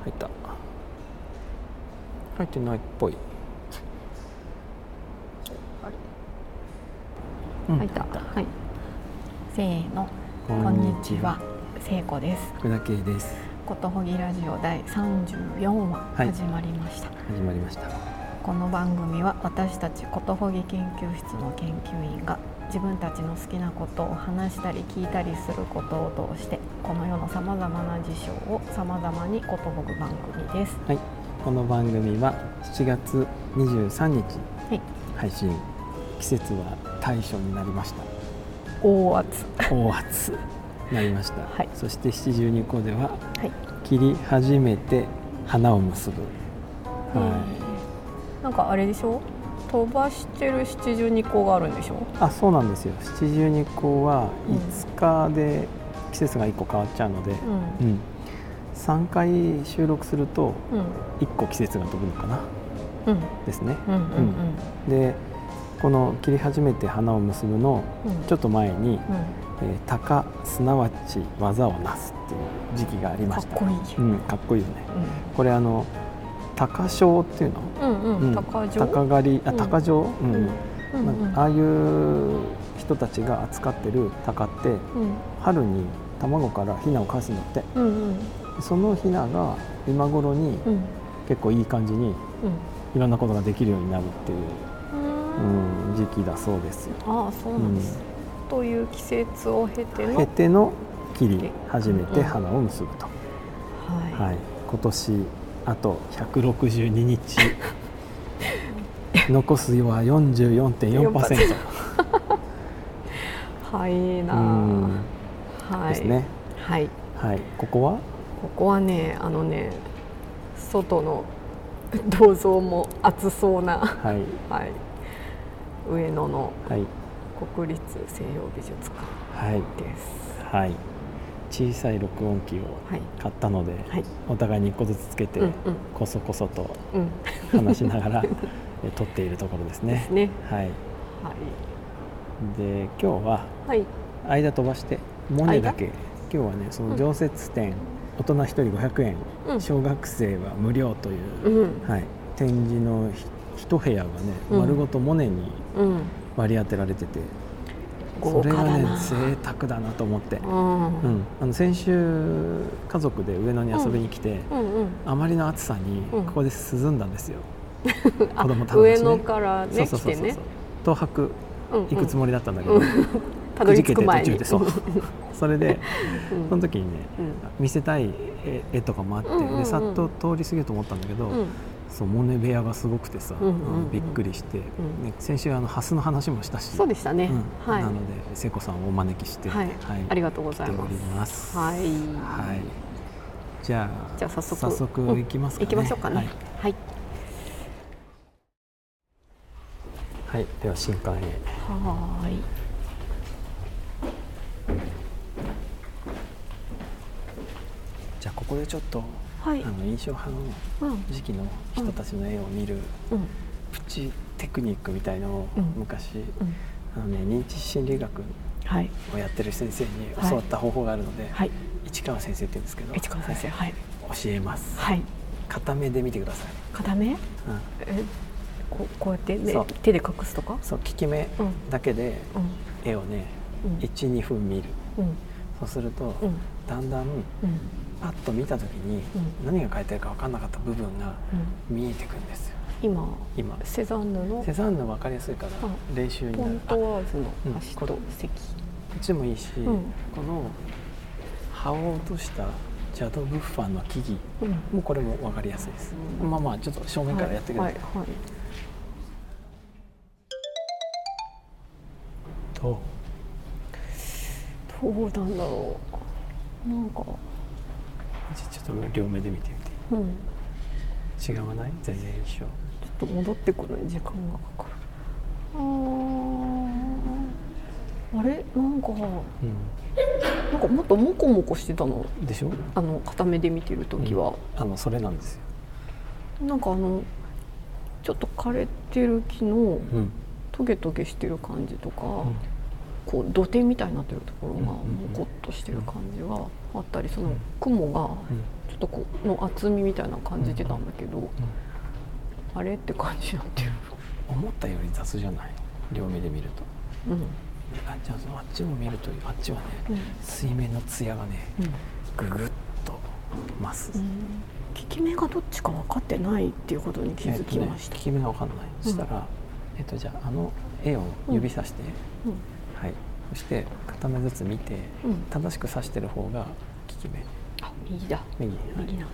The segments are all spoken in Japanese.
入った。入ってないっぽい。 入った。はい。せーの。こんにちは。聖子です。 福田圭です。 ことほぎラジオ第34話、始まりました。 始まりました。 この番組は私たちことほぎ研究室の研究員が自分たちの好きなことを話したり聞いたりすることを通してこの世のさまざまな事象をさまざまにことほぐ番組です。 はい。この番組は7月23日配信、はい、季節は大暑になりました。 大暑なりました、 はい、 そして七十二候では、はい、切り始めて花を結ぶ、 はい、なんかあれでしょ、飛ばしてる七十二候があるんでしょ。 あ、そうなんですよ。七十二候は5日で季節が1個変わっちゃうので、3回収録すると1個季節が飛ぶのかな、ですね。でこの切り始めて花を結ぶのちょっと前に、鷹すなわち技をなすっていう時期がありました。 かっこいい、 かっこいいよね、これ鷹匠っていうの、鷹狩り、鷹匠、ああいう人たちが扱ってる鷹って、春に卵からヒナをかえすんだって、そのヒナが今頃に結構いい感じにいろんなことができるようになるっていう時期だそうですよ。 ああ、そうなんです、という季節を経ての切り始めて花を結ぶと、はい、今年あと162日残すよは 44.4% はいな、はい、 ですね。 はい、 はい、ここはね、外の銅像も暑そうな、 はいはい、上野の、 はい、 国立西洋美術館です。 はい、小さい録音機を買ったので、お互いに1個ずつつけて、こそこそと話しながら撮っているところですね。はい。で今日は間飛ばしてモネだけ、今日はねその常設展、大人1人500円、小学生は無料という、展示の一部屋がね、丸ごとモネに割り当てられてて、それがね贅沢だなと思って、先週家族で上野に遊びに来て、あまりの暑さにここで涼んだんですよ、子供たちね。 上野からね来てね、 東博行くつもりだったんだけど、 たどり着く前に途中でそれでその時にね、見せたい絵とかもあって、でさっと通り過ぎると思ったんだけど、そうモネ部屋がすごくてさ、びっくりして、先週ハスの話もしたし、 そうでしたね、 なので聖子さんをお招きして、 ありがとうございます。はい、 じゃあ早速行きますかね。 行きましょうかね。 はい、では新館へ。じゃあここでちょっと、印象派の時期の人たちの絵を見るプチテクニックみたいのを昔、認知心理学をやってる先生に教わった方法があるので、市川先生って言うんですけど、 市川先生、 教えます。片目で見てください。 片目？こうやってね、手で隠すとか？ そう、利き目だけで絵をね、1、2分見る。そうするとだんだんパッと見た時に何が書いてあるか分かんなかった部分が見えてくるんですよ。今セザンヌ分かりやすいから練習になる。 ポントワーズの端と席、 こっちもいいし、この葉を落としたジャド・ブッファンの木々もこれも分かりやすいです。まあちょっと正面からやってください。どうなんだろう。なんかちょっと両目で見てみて、違わない？全然一緒。ちょっと戻ってくる時間がかかる。あれ、なんかもっとモコモコしてたのでしょ。 片目で見てるときは、 それなんですよ。 なんかちょっと枯れてる木のトゲトゲしてる感じとか、こう土手みたいになってるところがモコっとしてる感じがあったり、その雲がちょっとこの厚みみたいな感じてたんだけど、あれって感じになってる。 思ったより雑じゃない、両目で見ると。じゃああっちも見ると、あっちはね、水面の艶がね、ぐぐっと増す。 効き目がどっちか分かってないっていうことに気づきました。 効き目が分かんない。そしたら、じゃあ絵を指さして、はい、そして片目ずつ見て、正しく指してる方が効き目。 あ、右だ。右なんだ。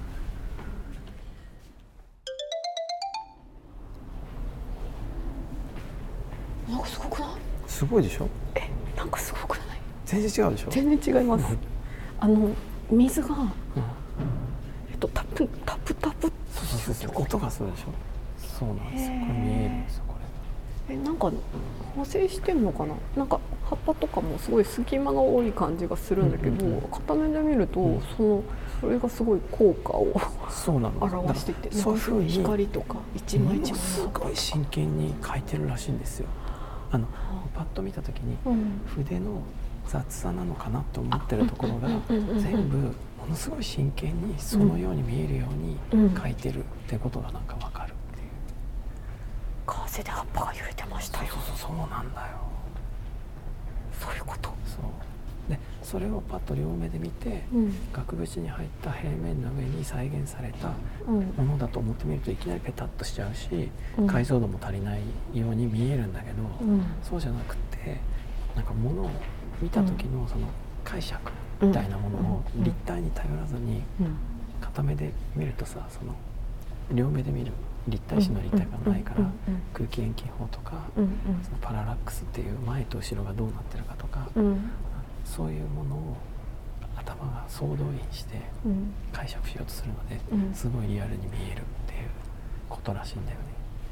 なんかすごくない？ すごいでしょ？ なんかすごくない？ 全然違うでしょ？ 全然違います。水が、タプタプ音がするでしょ？そうなんですよ。これ見えるんですよ、これ。 なんか補正してんのかな？なんか葉っぱとかもすごい隙間が多い感じがするんだけど、片目で見ると、それがすごい効果を表していて、 そういう風に光とか一枚一枚すごい真剣に描いてるらしいんですよ。パッと見た時に、筆の雑さなのかなと思ってるところが全部ものすごい真剣にそのように見えるように描いてるってことがなんか分かるっていう。 風で葉っぱが揺れてましたよ。 そうなんだよ。 そういうこと。 そうで、それをパッと両目で見て、額縁に入った平面の上に再現されたものだと思ってみるといきなりペタッとしちゃうし、解像度も足りないように見えるんだけど、そうじゃなくて、なんかものを見た時のその解釈みたいなものを立体に頼らずに、片目で見るとさ、その両目で見る立体視の立体がないから、空気遠近法とか、そのパララックスっていう前と後ろがどうなってるかとか、そういうものを頭が総動員して解釈しようとするので、すごいリアルに見えるっていうことらしいんだよ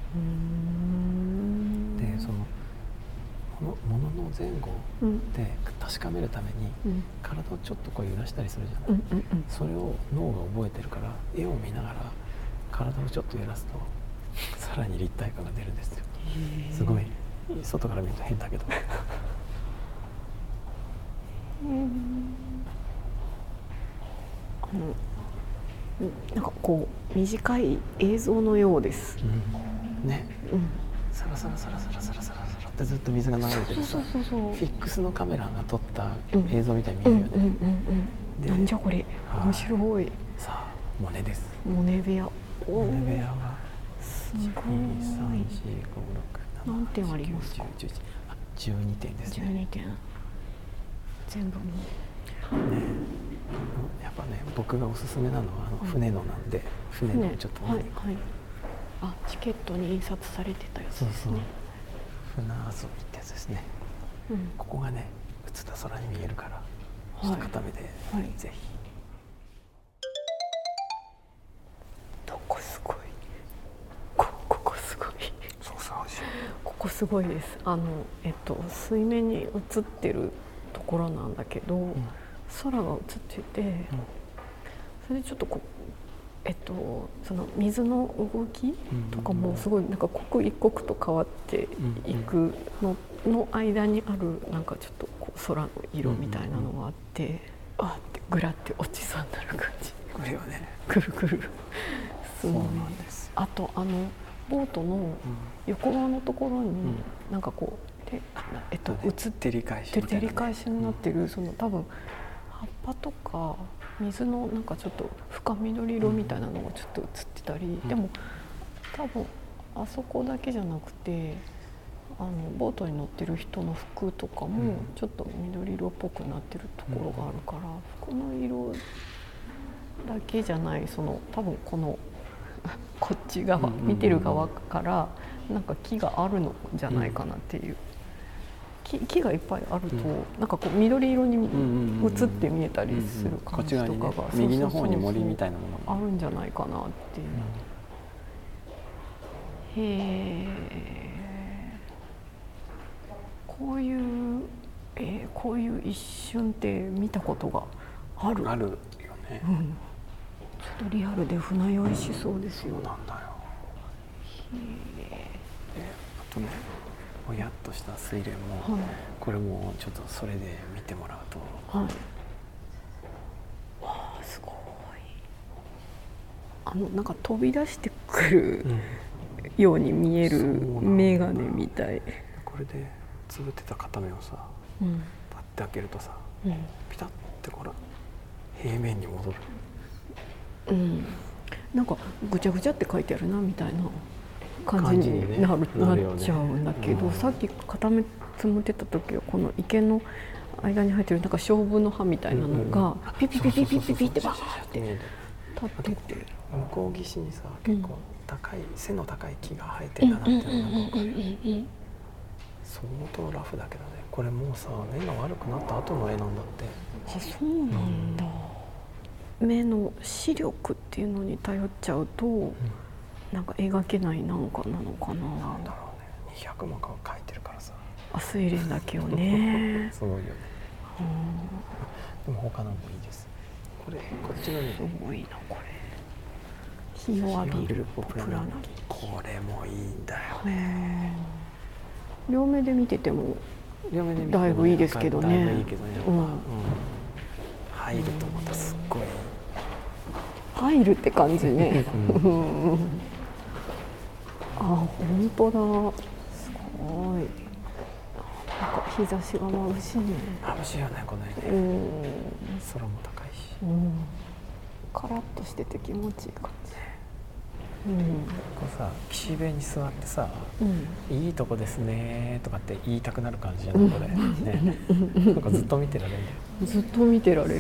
ね。で、そのものの前後で確かめるために体をちょっとこう揺らしたりするじゃない。それを脳が覚えてるから、絵を見ながら体をちょっと揺らすとさらに立体感が出るんですよ。すごい外から見ると変だけど。 なんかこう短い映像のようです。 ね。サラサラサラサラサラサラってずっと水が流れてるさ、フィックスのカメラが撮った映像みたいに見えるよね。 なんじゃこれ、面白い。 さあ、モネです。 モネ部屋。 モネ部屋がすごい。何点ありますか ？12点ですね。 12点。全部もね、やっぱね、僕がおすすめなのは船のなんで、船のちょっとね、 チケットに印刷されてたやつですね。 船遊びってやつですね。ここがね、映った空に見えるから、片目でぜひ。 ここすごい。ここすごい。ここすごいです。水面に映ってるところなんだけど、空が映ってて、それでちょっとその水の動きとかもすごいなんか刻一刻と変わっていくの間にある、なんかちょっとこう空の色みたいなのがあって、あってグラって落ちそうになる感じ。 これはね、 くるくる。すごい。あとボートの横側のところになんかこう映って照り返しになってる、その多分葉っぱとか水のなんかちょっと深緑色みたいなのがちょっと映ってたり、でも多分あそこだけじゃなくてボートに乗ってる人の服とかもちょっと緑色っぽくなってるところがあるから、服の色だけじゃない、その多分こっち側、見てる側からなんか木があるのじゃないかなっていう。木がいっぱいあると、なんかこう緑色に映って見えたりする感じとかが、 右の方に森みたいなものがあるんじゃないかなっていう。へえ。こういう一瞬って見たことがある。 あるよね。 ちょっとリアルで船酔いしそうですよ。 そうなんだよ。あとね、ぼやっとした睡蓮も、これもちょっとそれで見てもらうと、 わあすごい。 なんか飛び出してくるように見える眼鏡みたい。 これでつぶってた片目をさ、パッて開けるとさ、ピタッてほら平面に戻る。 なんかぐちゃぐちゃって書いてあるなみたいな感じになっちゃうんだけど、さっき片目つむってた時はこの池の間に入ってるなんか勝負の刃みたいなのがピピピピピピピってバーって立ってて、 向こう岸にさ結構高い背の高い木が生えてるなっていうのが分かる。相当ラフだけどね。これもうさ目が悪くなった後の絵なんだって。 あ、そうなんだ。目の視力っていうのに頼っちゃうと、なんか描けないなんかなのかな。 なんだろうね。200万か描いてるからさ。 睡蓮だけをね。 すごいよね。でも他のもいいです。これこっちのね。 すごいなこれ。日を浴びるポプラナリ。 これもいいんだよね。 両目で見ててもだいぶいいですけどね。 だいぶいいけどね。入るとまたすっごい。 入るって感じね。あ、本当だ。すごい。なんか日差しが眩しいね。 眩しいよねこの絵ね。空も高いし。カラッとしてて気持ちいい感じ。こうさ岸辺に座ってさ、いいとこですねとかって言いたくなる感じじゃないこれ。ね。なんかずっと見てられる。 ずっと見てられる。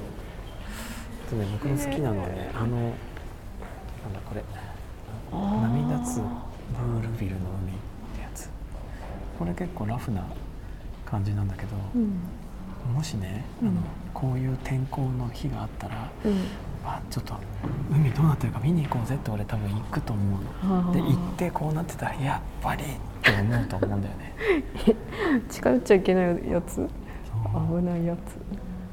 僕の好きなのはね、なんだこれ波立つブールビルの海ってやつ。これ結構ラフな感じなんだけど、もしねこういう天候の日があったら、ちょっと海どうなってるか見に行こうぜって俺多分行くと思う。で行ってこうなってたらやっぱりって思うと思うんだよね。 近寄っちゃいけないやつ、危ないやつ。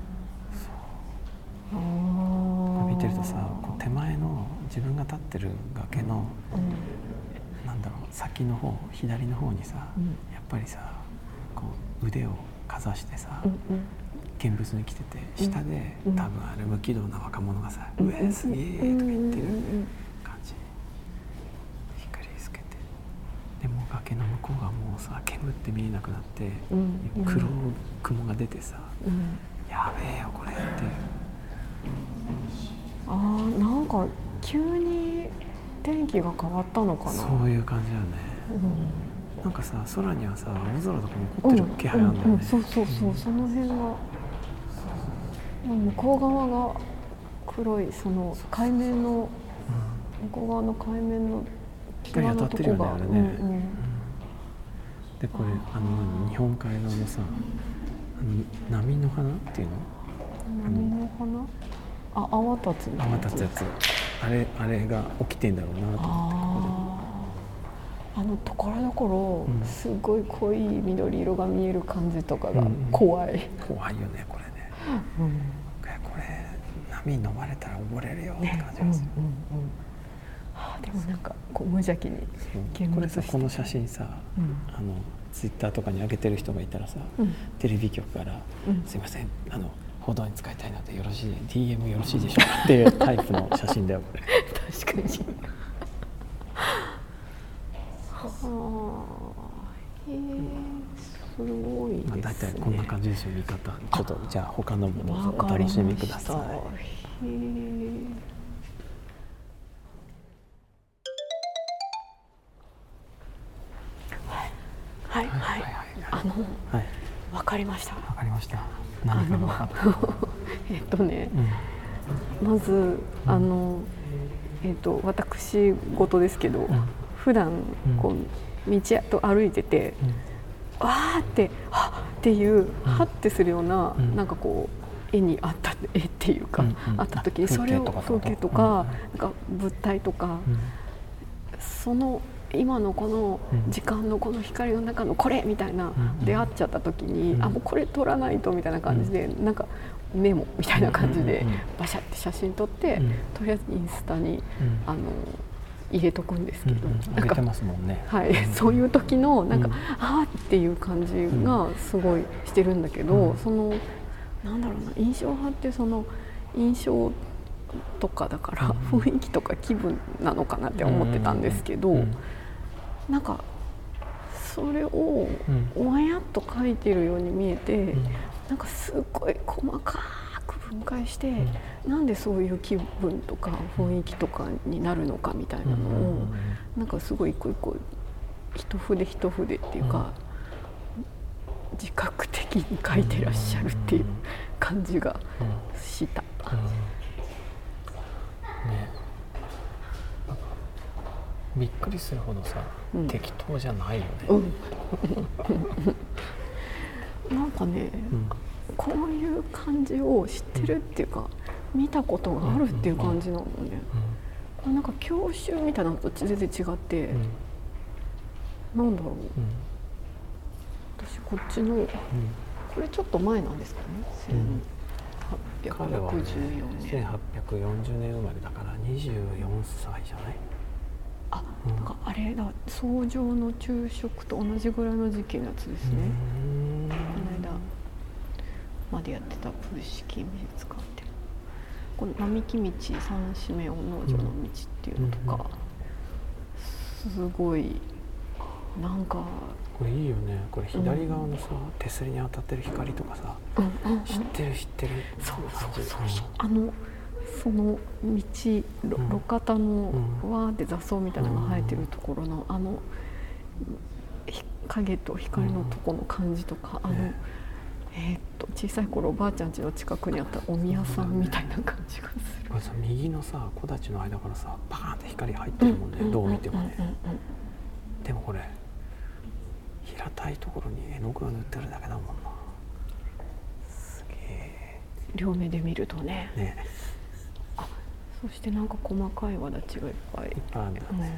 見てるとさ、こう手前の自分が立ってる崖の、なんだろう先の方左の方にさ、やっぱりさこう腕をかざしてさ、見物に来てて下で多分あれ無軌道な若者がさ「うえすげえ」とか言ってる感じ。光つけてでも崖の向こうがもうさ煙って見えなくなって黒い雲が出てさ「やべえよこれ」っていう。 なんか急に天気が変わったのかな。 そういう感じだよね。なんかさ空にはさ青空とか残ってる気配あるんだよね。 そうその辺が向こう側が黒いその海面の、向こう側の海面の光当たってるよねあれね。でこれ日本海側のさ波の花っていうの？ 波の花？泡立つやつ。あれが起きてんだろうなと思って。 ところどころすごい濃い緑色が見える感じとかが怖い。 怖いよねこれね。これ波に飲まれたら溺れるよって感じがする。 でもなんかこう無邪気にこれさこの写真さ、ツイッターとかに上げてる人がいたらさ、テレビ局から「すいません報道に使いたいのでよろしい DM よろしいでしょうか」っていうタイプの写真だよこれ。 確かに。すごいですね。 だいたいこんな感じでしょ見方。ちょっとじゃあ他のもどうぞお楽しみください。 わかりました。 わかりました。何が分かった？ まず私事ですけど、普段こう道と歩いてて、わーってはっっていうはってするようななんかこう絵にあった絵っていうかあった時にそれを風景とかなんか物体とかその今のこの時間のこの光の中のこれみたいな出会っちゃった時にもうこれ撮らないとみたいな感じでなんかメモみたいな感じでバシャって写真撮ってとりあえずインスタに入れとくんですけど、 上げてますもんね。 そういう時のなんかあーっていう感じがすごいしてるんだけど、そのなんだろうな印象派ってその印象とかだから雰囲気とか気分なのかなって思ってたんですけど、なんかそれをわやっと書いてるように見えて、なんかすごい細かく分解して、なんでそういう気分とか雰囲気とかになるのかみたいなのをなんかすごい一個一個一筆一筆っていうか、自覚的に書いてらっしゃるっていう感じがした。 びっくりするほどさ、適当じゃないよね。 なんかね、こういう感じを知ってるっていうか、見たことがあるっていう感じなのね。なんか教習みたいなのと全然違って、なんだろう、私こっちの、これちょっと前なんですかね、1864年、 1840年生まれだから24歳じゃない？ なんかあれだ、草上の昼食と同じぐらいの時期のやつですね。この間までやってたプルシキ美術館っていう、この並木道三シメオン農場の道っていうのとか、すごいなんかこれいいよね。これ左側のさ、手すりに当たってる光とかさ、知ってる。 そうその道、路肩のわーって雑草みたいなのが生えてるところの影と光のとこの感じとか、小さい頃おばあちゃん家の近くにあったお宮さんみたいな感じがする。 これさ、右のさ木立の間からさパーンって光入ってるもんね、どう見てもね。でもこれ平たいところに絵の具が塗ってるだけだもんな。すげえ。 両目で見るとね。そしてなんか細かい輪立ちがいっぱいあるんだね。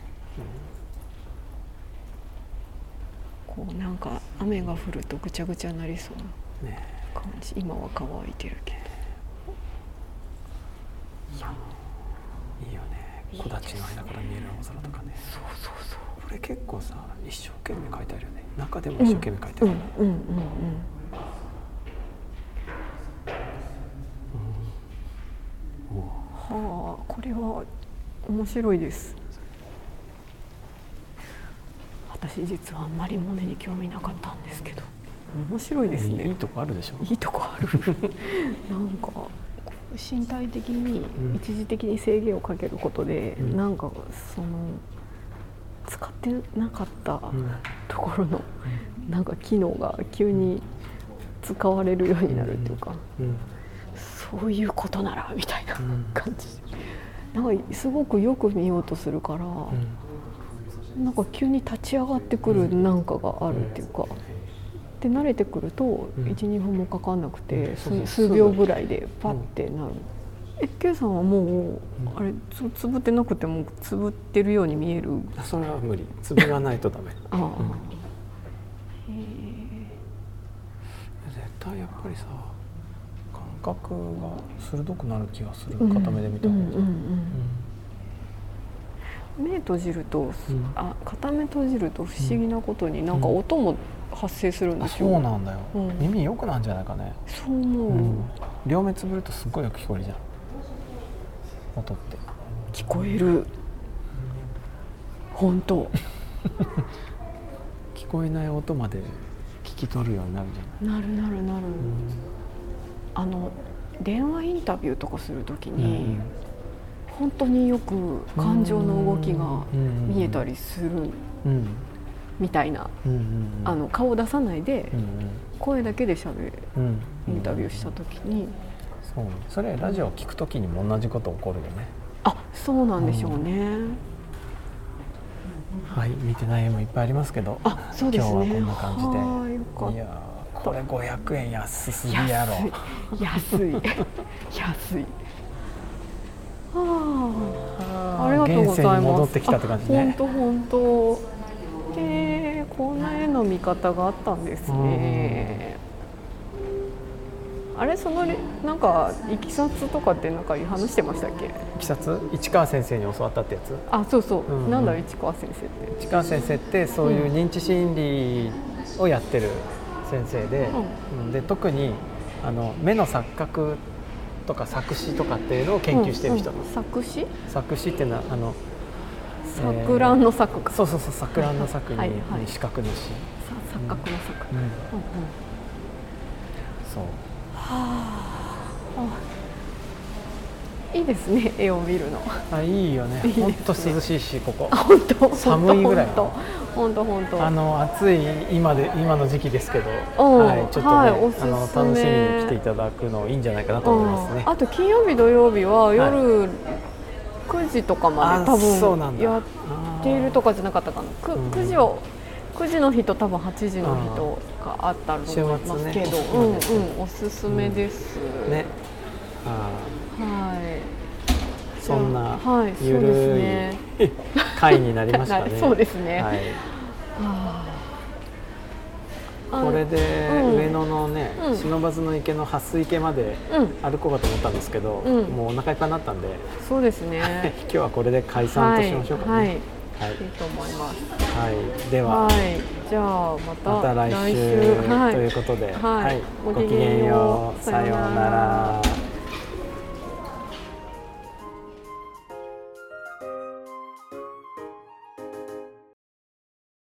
こうなんか雨が降るとぐちゃぐちゃになりそうな感じ。今は乾いてるけど。 いいよね。木立の間から見える青空とかね。そうこれ結構さ、一生懸命描いてあるよね。中でも一生懸命描いてある。 これは面白いです。私実はあんまりモネに興味なかったんですけど、面白いですね。 いいとこあるでしょ。 いいとこある。なんか身体的に一時的に制限をかけることで、なんかその使ってなかったところのなんか機能が急に使われるようになるっていうか、そういうことならみたいな感じ、なんかすごくよく見ようとするから、なんか急に立ち上がってくるなんかがあるっていうか、で慣れてくると 1,2 分もかかんなくて、数秒ぐらいでパッてなる。K さんはもうあれつぶってなくてもつぶってるように見える？ それは無理。つぶらないとダメ。絶対やっぱりさ、感覚が鋭くなる気がする。片目で見た方が。 目閉じると、片目閉じると不思議なことになんか音も発生するんですよ。 そうなんだよ。耳良くなんじゃないかね。 そう思う。 両目つぶるとすごいよく聞こえるじゃん。音って聞こえる。本当。 聞こえない音まで聞き取るようになるじゃない。なる。 電話インタビューとかするときに、本当によく感情の動きが見えたりするみたいな、顔を出さないで声だけで喋るインタビューしたときに、 それラジオを聞くときにも同じこと起こるよね。 そうなんでしょうね。 はい、見てない絵もいっぱいありますけど、 そうですね、 今日はこんな感じで。いやこれ500円安すぎやろ。 安い。ありがとうございます。 現世に戻ってきたって感じね。 本当。こんな絵の見方があったんですね。あれ、なんかいきさつとかってなんか話してましたっけ？いきさつ？市川先生に教わったってやつ？ そう。なんだ市川先生って。 市川先生ってそういう認知心理をやってる先生で、で特に目の錯覚とか作詞とかっていうのを研究してる人、 作詞っていうのは錯乱の作か、 そう錯乱の作に四角の詩、 錯覚の作、 そう、 いいですね、絵を見るの。 いいよね。本当涼しいし、ここ。 本当寒いぐらい。 本当。 暑い今の時期ですけど、はい、ちょっとね、楽しみに来ていただくのいいんじゃないかなと思いますね。 あと金曜日土曜日は夜9時とかまで多分やっているとかじゃなかったかな。9時の日と多分8時の日とかあったと思いますけど、おすすめですね。はい。 そんなゆるい回になりましたね。 そうですね。 これで上野のね、不忍池の蓮池まで歩こうかと思ったんですけど、もうお腹いっぱいになったんで、 そうですね。 今日はこれで解散としましょうかね。 いいと思います。 はい、では、 じゃあまた来週ということで、ごきげんよう、さようなら。